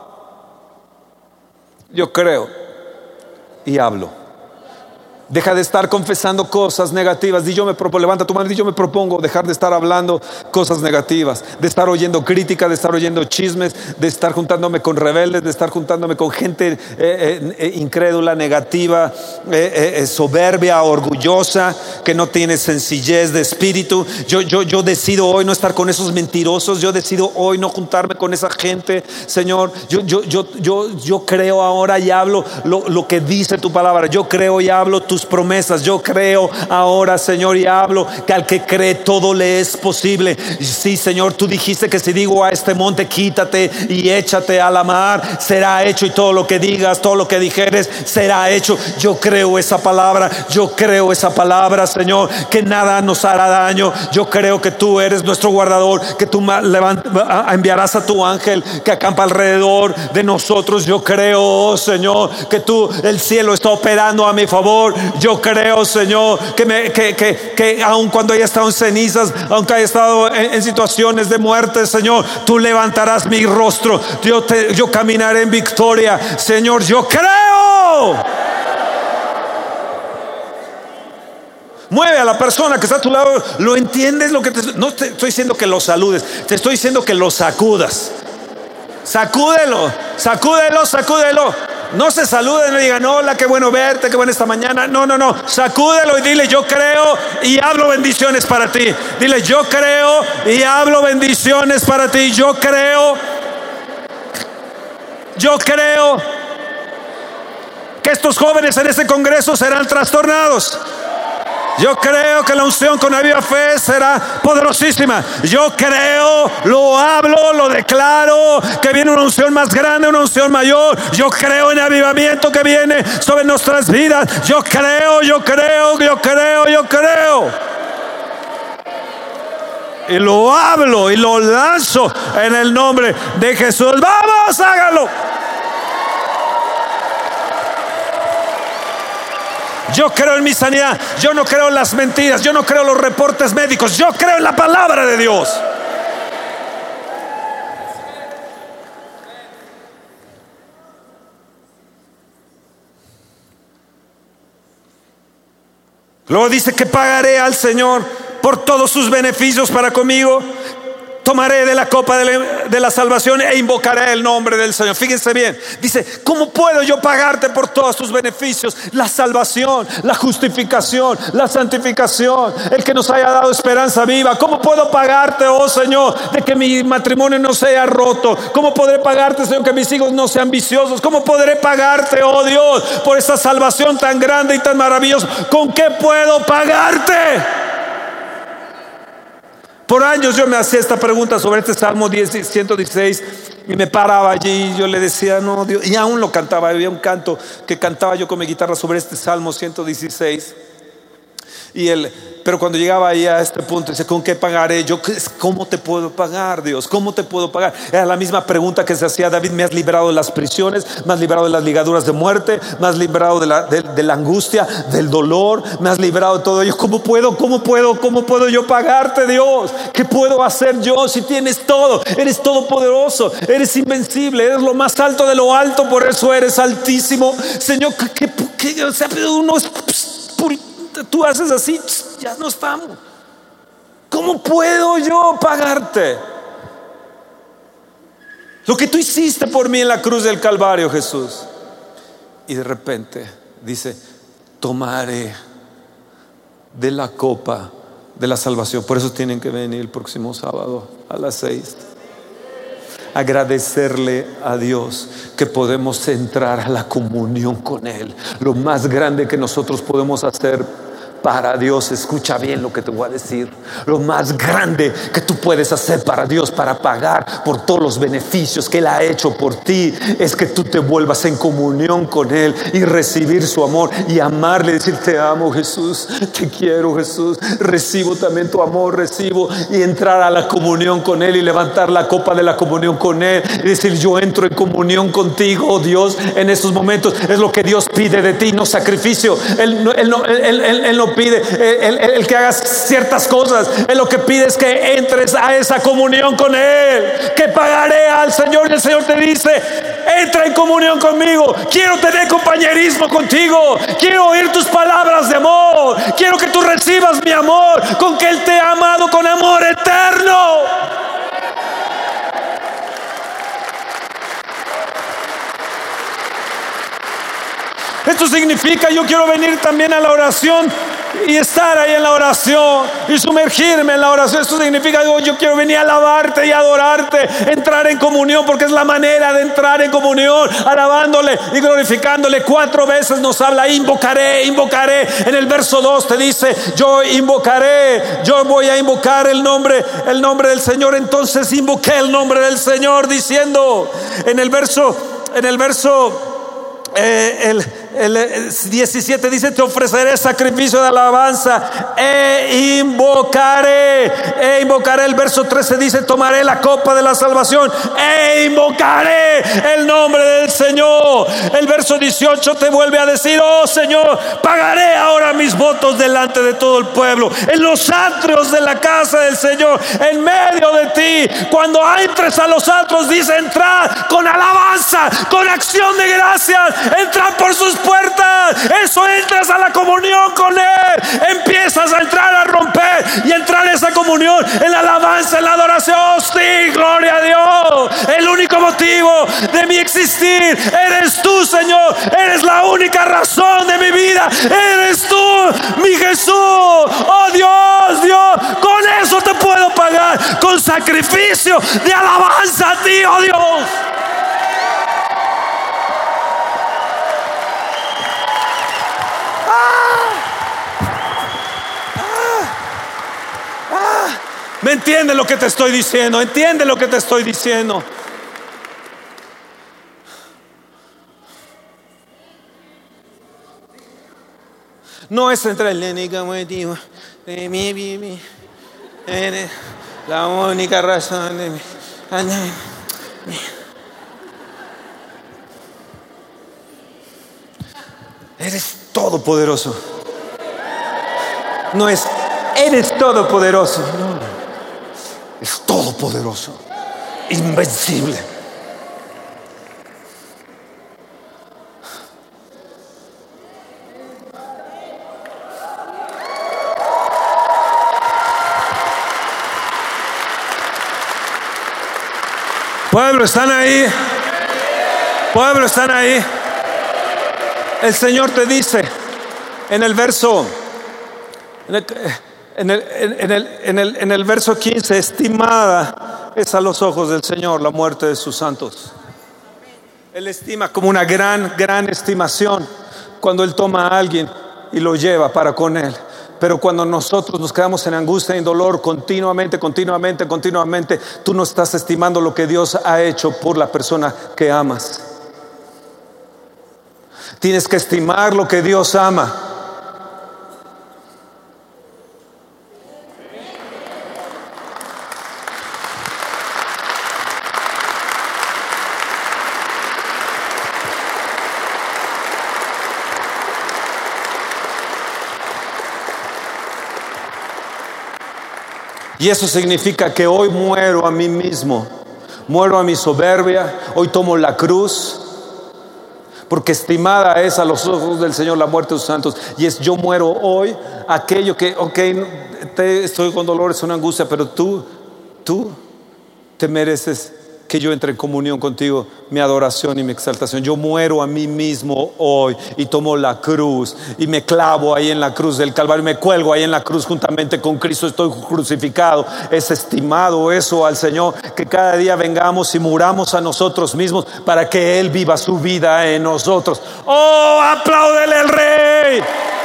yo creo y hablo. Deja de estar confesando cosas negativas. Levanta tu mano y di, yo me propongo dejar de estar hablando cosas negativas, de estar oyendo crítica, de estar oyendo chismes, de estar juntándome con rebeldes, de estar juntándome con gente incrédula, negativa, soberbia, orgullosa, que no tiene sencillez de espíritu. Yo decido hoy no estar con esos mentirosos. Yo decido hoy no juntarme con esa gente, Señor. Yo creo ahora y hablo lo que dice tu palabra. Yo creo y hablo tus promesas. Yo creo ahora, Señor, y hablo que al que cree todo le es posible. Sí, Señor, tú dijiste que si digo a este monte, quítate y échate a la mar, será hecho, y todo lo que digas, todo lo que dijeres, será hecho. Yo creo esa palabra, Señor, que nada nos hará daño. Yo creo que tú eres nuestro guardador, que tú enviarás a tu ángel que acampa alrededor de nosotros. Yo creo, oh Señor, que el cielo está operando a mi favor. Yo creo, Señor, que aun cuando haya estado en cenizas, aunque haya estado en situaciones de muerte, Señor, tú levantarás mi rostro. Yo caminaré en victoria, Señor. Yo creo. Mueve a la persona que está a tu lado. ¿Lo entiendes? No te estoy diciendo que lo saludes, te estoy diciendo que lo sacudas. Sacúdelo. No se saluden, no digan hola, qué bueno verte, qué bueno esta mañana. No, sacúdelo y dile, yo creo y hablo bendiciones para ti. Dile, yo creo y hablo bendiciones para ti. Yo creo que estos jóvenes en este congreso serán trastornados. Yo creo que la unción con la viva fe será poderosísima. Yo creo, lo hablo, lo declaro, que viene una unción más grande, una unción mayor. Yo creo en el avivamiento que viene sobre nuestras vidas. Yo creo. Y lo hablo y lo lanzo en el nombre de Jesús. ¡Vamos, hágalo! Yo creo en mi sanidad. Yo no creo en las mentiras. Yo no creo en los reportes médicos. Yo creo en la palabra de Dios. Luego dice que pagaré al Señor por todos sus beneficios para conmigo. Tomaré de la copa de la salvación e invocaré el nombre del Señor. Fíjense bien, dice, ¿cómo puedo yo pagarte por todos tus beneficios? La salvación, la justificación, la santificación, el que nos haya dado esperanza viva. ¿Cómo puedo pagarte, oh Señor, de que mi matrimonio no sea roto? ¿Cómo podré pagarte, Señor, que mis hijos no sean viciosos? ¿Cómo podré pagarte, oh Dios, por esa salvación tan grande y tan maravillosa? ¿Con qué puedo pagarte? Por años yo me hacía esta pregunta sobre este Salmo 116 y me paraba allí y yo le decía, no, Dios, y aún lo cantaba. Había un canto que cantaba yo con mi guitarra sobre este Salmo 116. Pero cuando llegaba ahí a este punto, dice, ¿con qué pagaré? ¿Cómo te puedo pagar, Dios? ¿Cómo te puedo pagar? Era la misma pregunta que se hacía David. Me has librado de las prisiones, me has librado de las ligaduras de muerte, me has librado de la angustia, del dolor, me has librado de todo ello. ¿Cómo puedo yo pagarte, Dios? ¿Qué puedo hacer yo si tienes todo? Eres todopoderoso, eres invencible, eres lo más alto de lo alto, por eso eres altísimo. Señor, o sea, uno es tú haces así, ya no estamos. ¿Cómo puedo yo pagarte lo que tú hiciste por mí en la cruz del Calvario, Jesús? Y de repente dice, tomaré de la copa de la salvación. Por eso tienen que venir el próximo sábado a las 6. Agradecerle a Dios que podemos entrar a la comunión con Él. Lo más grande que nosotros podemos hacer para Dios, escucha bien lo que te voy a decir, lo más grande que tú puedes hacer para Dios, para pagar por todos los beneficios que Él ha hecho por ti, es que tú te vuelvas en comunión con Él y recibir su amor y amarle, decir, te amo, Jesús, te quiero, Jesús, recibo también tu amor, recibo, y entrar a la comunión con Él y levantar la copa de la comunión con Él y decir, yo entro en comunión contigo, oh Dios, en estos momentos. Es lo que Dios pide de ti, no sacrificio. Él no pide el que hagas ciertas cosas. Él lo que pide es que entres a esa comunión con Él. Que pagaré al Señor, y el Señor te dice, entra en comunión conmigo. Quiero tener compañerismo contigo. Quiero oír tus palabras de amor. Quiero que tú recibas mi amor, con que Él te ha amado con amor eterno. Esto significa, yo quiero venir también a la oración y estar ahí en la oración y sumergirme en la oración. Esto significa, yo quiero venir a alabarte y adorarte, entrar en comunión, porque es la manera de entrar en comunión, alabándole y glorificándole. 4 veces nos habla, invocaré. En el verso 2 te dice, yo invocaré, yo voy a invocar el nombre del Señor. Entonces invoqué el nombre del Señor, diciendo en el verso el 17 dice, te ofreceré sacrificio de alabanza e invocaré. El verso 13 dice, tomaré la copa de la salvación e invocaré el nombre del Señor. El verso 18 te vuelve a decir, oh Señor, pagaré ahora mis votos delante de todo el pueblo, en los atrios de la casa del Señor, en medio de ti. Cuando entres a los atrios, dice, entrar con alabanza, con acción de gracias, entrar por sus puertas. Eso, entras a la comunión con Él, empiezas a entrar, a romper y entrar en esa comunión, en la alabanza, en la adoración. Oh, sí, gloria a Dios. El único motivo de mi existir eres tú, Señor. Eres la única razón de mi vida. Eres tú, mi Jesús. Oh Dios, con eso te puedo pagar, con sacrificio de alabanza a ti, oh Dios. ¿Me entiendes lo que te estoy diciendo? ¿Entiendes lo que te estoy diciendo? No es entre el único motivo de mi vida, eres la única razón de mi. todopoderoso. No es eres todopoderoso, no, es todopoderoso, invencible. Pueblo, ¿están ahí? Pueblo, ¿están ahí? El Señor te dice en el verso en el verso 15: estimada es a los ojos del Señor la muerte de sus santos. Él estima como una gran estimación cuando Él toma a alguien y lo lleva para con Él. Pero cuando nosotros nos quedamos en angustia y en dolor continuamente, tú no estás estimando lo que Dios ha hecho por la persona que amas. Tienes que estimar lo que Dios ama. Y eso significa que hoy muero a mí mismo, muero a mi soberbia, hoy tomo la cruz, porque estimada es a los ojos del Señor la muerte de sus santos. Y es: yo muero hoy aquello que, estoy con dolor, es una angustia, pero tú te mereces que yo entre en comunión contigo, mi adoración y mi exaltación. Yo muero a mí mismo hoy y tomo la cruz y me clavo ahí en la cruz del Calvario, me cuelgo ahí en la cruz juntamente con Cristo, estoy crucificado. Es estimado eso al Señor, que cada día vengamos y muramos a nosotros mismos para que Él viva su vida en nosotros. ¡Oh, apláudele al Rey!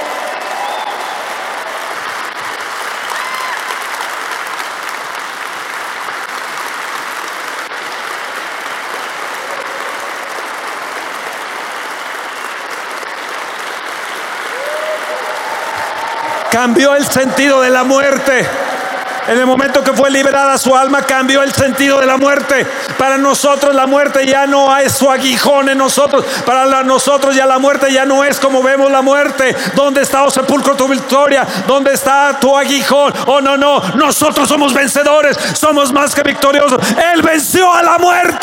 Cambió el sentido de la muerte. En el momento que fue liberada su alma, cambió el sentido de la muerte. Para nosotros la muerte ya no es su aguijón en nosotros. Para nosotros ya la muerte ya no es como vemos la muerte. ¿Dónde está, oh sepulcro, tu victoria? ¿Dónde está tu aguijón? Oh, no, nosotros somos vencedores, somos más que victoriosos. Él venció a la muerte.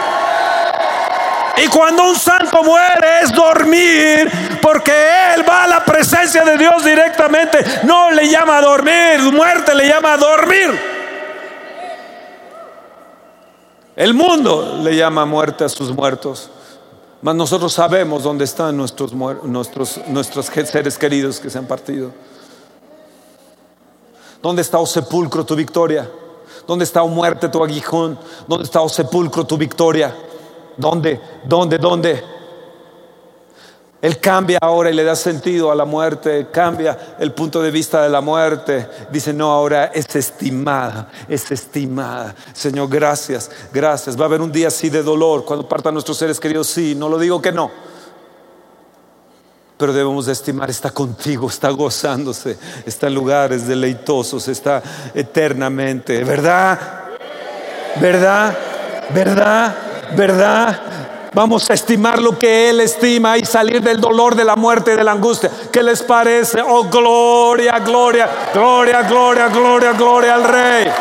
Y cuando un santo muere es dormir, porque él va a la presencia de Dios directamente. No le llama a dormir, muerte le llama a dormir. El mundo le llama muerte a sus muertos, mas nosotros sabemos dónde están nuestros seres queridos que se han partido. ¿Dónde está, oh sepulcro, tu victoria? ¿Dónde está, oh muerte, tu aguijón? ¿Dónde está, oh sepulcro, tu victoria? ¿Dónde? Él cambia ahora y le da sentido a la muerte, cambia el punto de vista de la muerte. Dice: no, ahora es estimada. Señor, gracias. Va a haber un día así de dolor cuando partan nuestros seres queridos, sí, no lo digo que no, pero debemos de estimar. Está contigo, está gozándose, está en lugares deleitosos, está eternamente. ¿Verdad? Vamos a estimar lo que Él estima y salir del dolor, de la muerte y de la angustia. ¿Qué les parece? Oh, gloria al Rey.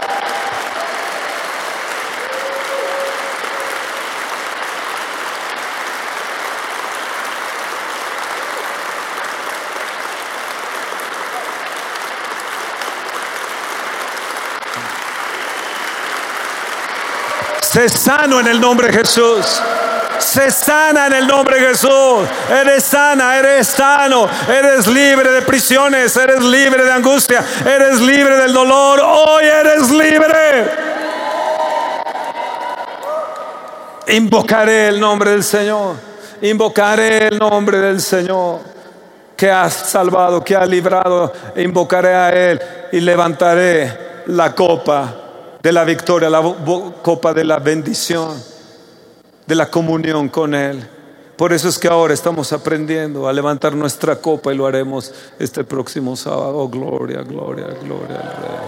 Sé sano en el nombre de Jesús. Sé sana en el nombre de Jesús. Eres sana, eres sano. Eres libre de prisiones. Eres libre de angustia. Eres libre del dolor. Hoy eres libre. Invocaré el nombre del Señor. Invocaré el nombre del Señor, que ha salvado, que ha librado. Invocaré a Él y levantaré la copa de la victoria, la copa de la bendición, de la comunión con Él. Por eso es que ahora estamos aprendiendo a levantar nuestra copa y lo haremos este próximo sábado. Oh, gloria al Rey.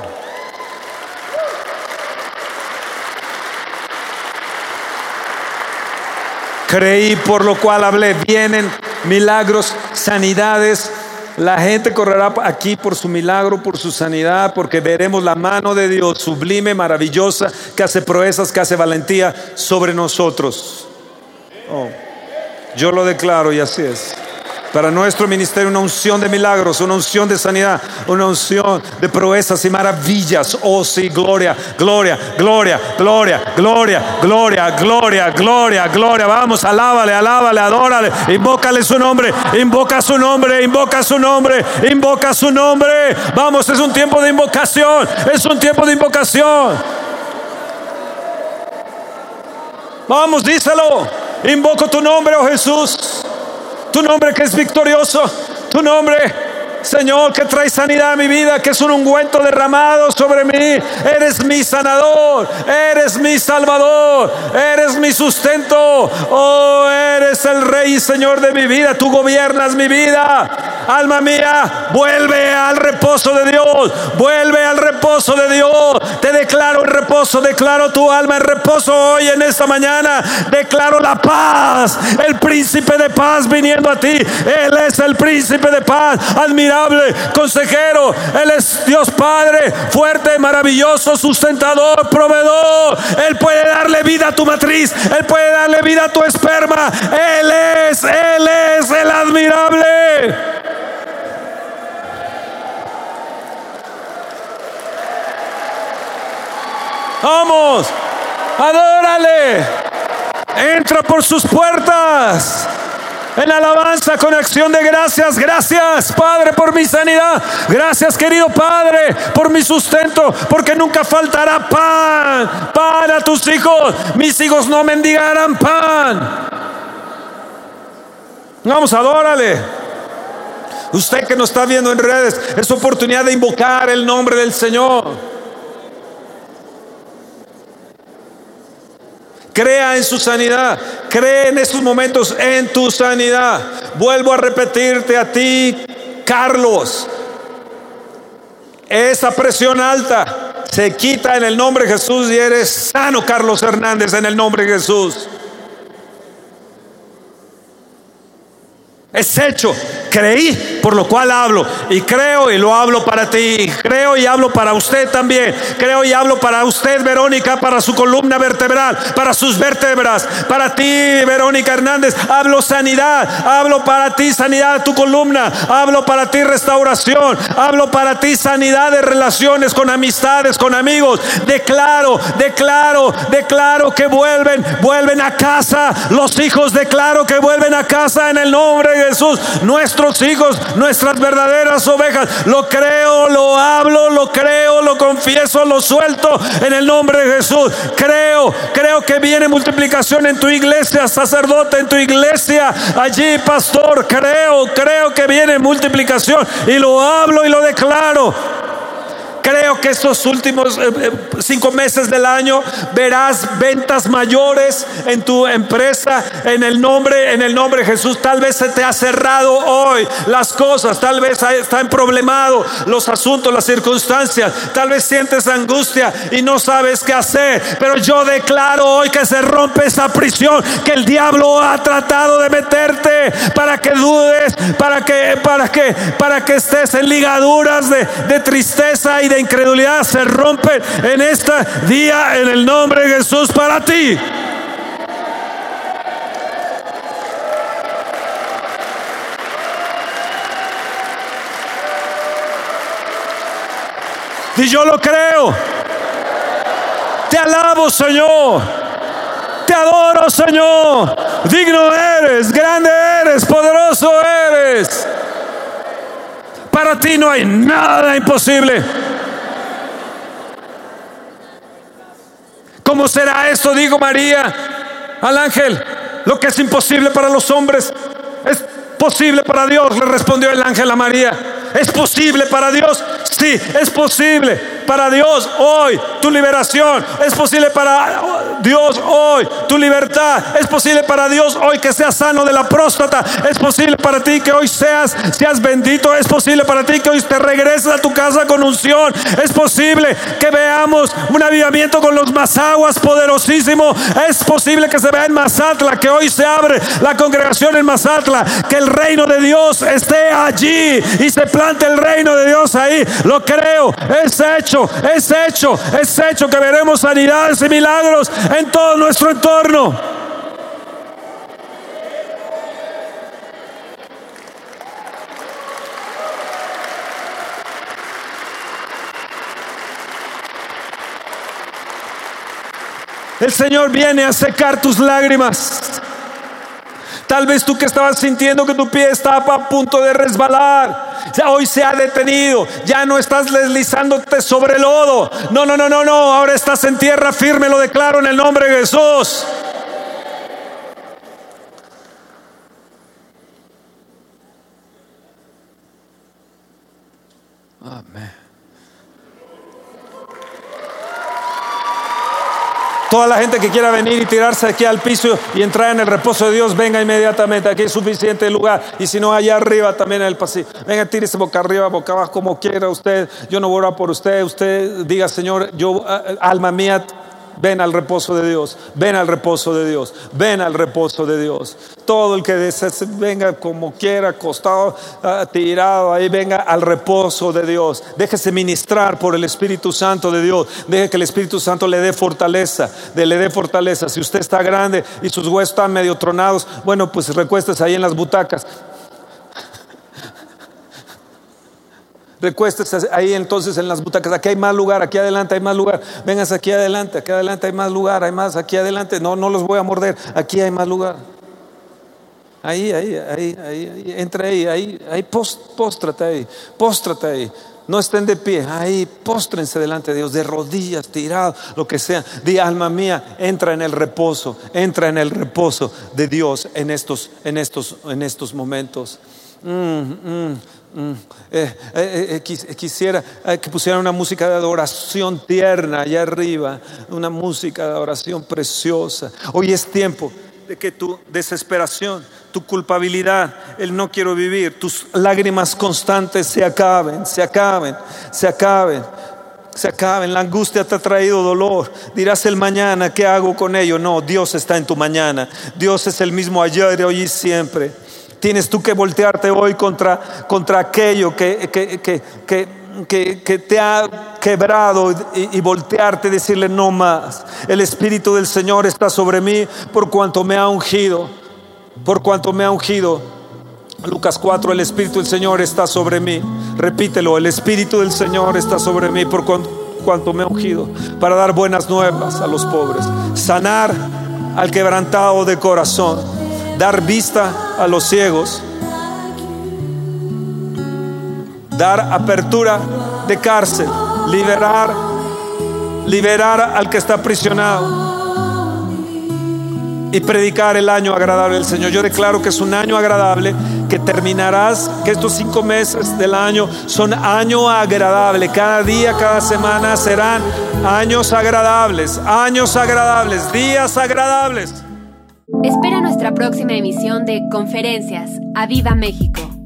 Creí, por lo cual hablé. Vienen milagros, sanidades. La gente correrá aquí por su milagro, por su sanidad, porque veremos la mano de Dios sublime, maravillosa, que hace proezas, que hace valentía sobre nosotros. Oh, yo lo declaro y así es. Para nuestro ministerio una unción de milagros, una unción de sanidad, una unción de proezas y maravillas. Oh sí, gloria, gloria, gloria, gloria, gloria, gloria, gloria, gloria, gloria. Vamos, alábale, alábale, adórale, invócale su nombre, invoca su nombre, invoca su nombre, invoca su nombre. Vamos, es un tiempo de invocación, es un tiempo de invocación. Vamos, díselo. Invoco tu nombre, oh Jesús. Tu nombre que es victorioso, tu nombre, Señor, que trae sanidad a mi vida, que es un ungüento derramado sobre mí. Eres mi sanador, eres mi salvador, eres mi sustento. Oh, eres el Rey y Señor de mi vida, tú gobiernas mi vida. Alma mía, vuelve al reposo de Dios, vuelve al reposo de Dios. Te declaro el reposo, declaro tu alma en reposo hoy en esta mañana. Declaro la paz, el príncipe de paz viniendo a ti. Él es el príncipe de paz, admirable consejero. Él es Dios Padre, fuerte, maravilloso, sustentador, proveedor. Él puede darle vida a tu matriz, Él puede darle vida a tu esperma. Él es el admirable. Vamos, adórale. Entra por sus puertas en alabanza con acción de gracias. Gracias, Padre, por mi sanidad. Gracias, querido Padre, por mi sustento, porque nunca faltará pan a tus hijos. Mis hijos no mendigarán pan. Vamos, adórale. Usted que nos está viendo en redes, es oportunidad de invocar el nombre del Señor. Crea en su sanidad, cree en estos momentos en tu sanidad. Vuelvo a repetirte a ti, Carlos, esa presión alta se quita en el nombre de Jesús y eres sano, Carlos Hernández, en el nombre de Jesús. Es hecho, creí, por lo cual hablo, y creo y lo hablo para ti. Creo y hablo para usted también. Creo y hablo para usted, Verónica, para su columna vertebral, para sus vértebras. Para ti, Verónica Hernández, hablo sanidad. Hablo para ti sanidad de tu columna. Hablo para ti restauración. Hablo para ti sanidad de relaciones con amistades, con amigos. Declaro que vuelven a casa los hijos. Declaro que vuelven a casa en el nombre de Jesús, nuestros hijos, nuestras verdaderas ovejas. Lo creo, lo hablo, lo creo, lo confieso, lo suelto en el nombre de Jesús. Creo que viene multiplicación en tu iglesia, sacerdote, en tu iglesia, allí, pastor. Creo que viene multiplicación y lo hablo y lo declaro. Creo que estos últimos 5 meses del año verás ventas mayores en tu empresa en el nombre de Jesús. Tal vez se te ha cerrado hoy las cosas, tal vez están problemados los asuntos, las circunstancias, tal vez sientes angustia y no sabes qué hacer, pero yo declaro hoy que se rompe esa prisión que el diablo ha tratado de meterte para que dudes, para que estés en ligaduras de tristeza y de incredulidad. Se rompen en este día en el nombre de Jesús para ti. Y yo lo creo. Te alabo, Señor. Te adoro, Señor. Digno eres, grande eres, poderoso eres. Para ti no hay nada imposible. ¿Cómo será esto? Dijo María al ángel. Lo que es imposible para los hombres es posible para Dios, le respondió el ángel a María. Es posible para Dios. Sí, es posible para Dios hoy tu liberación. Es posible para Dios hoy tu libertad. Es posible para Dios hoy que seas sano de la próstata. Es posible para ti que hoy seas bendito. Es posible para ti que hoy te regreses a tu casa con unción. Es posible que veamos un avivamiento con los Mazaguas poderosísimo. Es posible que se vea en Mazatla, que hoy se abre la congregación en Mazatla, que el reino de Dios esté allí y se plante el reino de Dios ahí. Lo creo, es hecho que veremos sanidades y milagros en todo nuestro entorno. El Señor viene a secar tus lágrimas. Tal vez tú que estabas sintiendo que tu pie estaba a punto de resbalar, hoy se ha detenido. Ya no estás deslizándote sobre el lodo. No. Ahora estás en tierra firme. Lo declaro en el nombre de Jesús. Amén. Toda la gente que quiera venir y tirarse aquí al piso y entrar en el reposo de Dios, venga inmediatamente. Aquí hay suficiente lugar. Y si no, allá arriba también en el pasillo. Venga, tírese boca arriba, boca abajo, como quiera usted. Yo no voy a orar por usted. Usted diga: Señor, alma mía, ven al reposo de Dios. Ven al reposo de Dios. Ven al reposo de Dios. Todo el que desee, venga como quiera, acostado, tirado ahí, venga al reposo de Dios. Déjese ministrar por el Espíritu Santo de Dios. Deje que el Espíritu Santo le dé fortaleza. Si usted está grande y sus huesos están medio tronados, bueno, pues recuéstese ahí en las butacas. Recuéstese ahí entonces en las butacas. Aquí hay más lugar, aquí adelante hay más lugar. Vénganse aquí adelante hay más lugar, hay más aquí adelante. No los voy a morder, aquí hay más lugar. Ahí, entra ahí, póstrate ahí. No estén de pie, ahí, póstrense delante de Dios, de rodillas, tirados, lo que sea. Di: alma mía, entra en el reposo de Dios en estos momentos. Quisiera que pusieran una música de adoración tierna allá arriba, una música de adoración preciosa. Hoy es tiempo de que tu desesperación, tu culpabilidad, el no quiero vivir, tus lágrimas constantes se acaben. La angustia te ha traído dolor. Dirás: el mañana, ¿qué hago con ello? No, Dios está en tu mañana. Dios es el mismo ayer, hoy y siempre. Tienes tú que voltearte hoy contra aquello que te ha quebrado y voltearte y decirle: no más. El Espíritu del Señor está sobre mí por cuanto me ha ungido. Lucas 4: el Espíritu del Señor está sobre mí. Repítelo: el Espíritu del Señor está sobre mí por cuanto me ha ungido para dar buenas nuevas a los pobres, sanar al quebrantado de corazón, dar vista a los ciegos, dar apertura de cárcel, liberar al que está aprisionado y predicar el año agradable del Señor. Yo declaro que es un año agradable, que terminarás, que estos 5 meses del año son año agradable. Cada día, cada semana serán años agradables, días agradables. Espera nuestra próxima emisión de Conferencias. ¡A Viva México!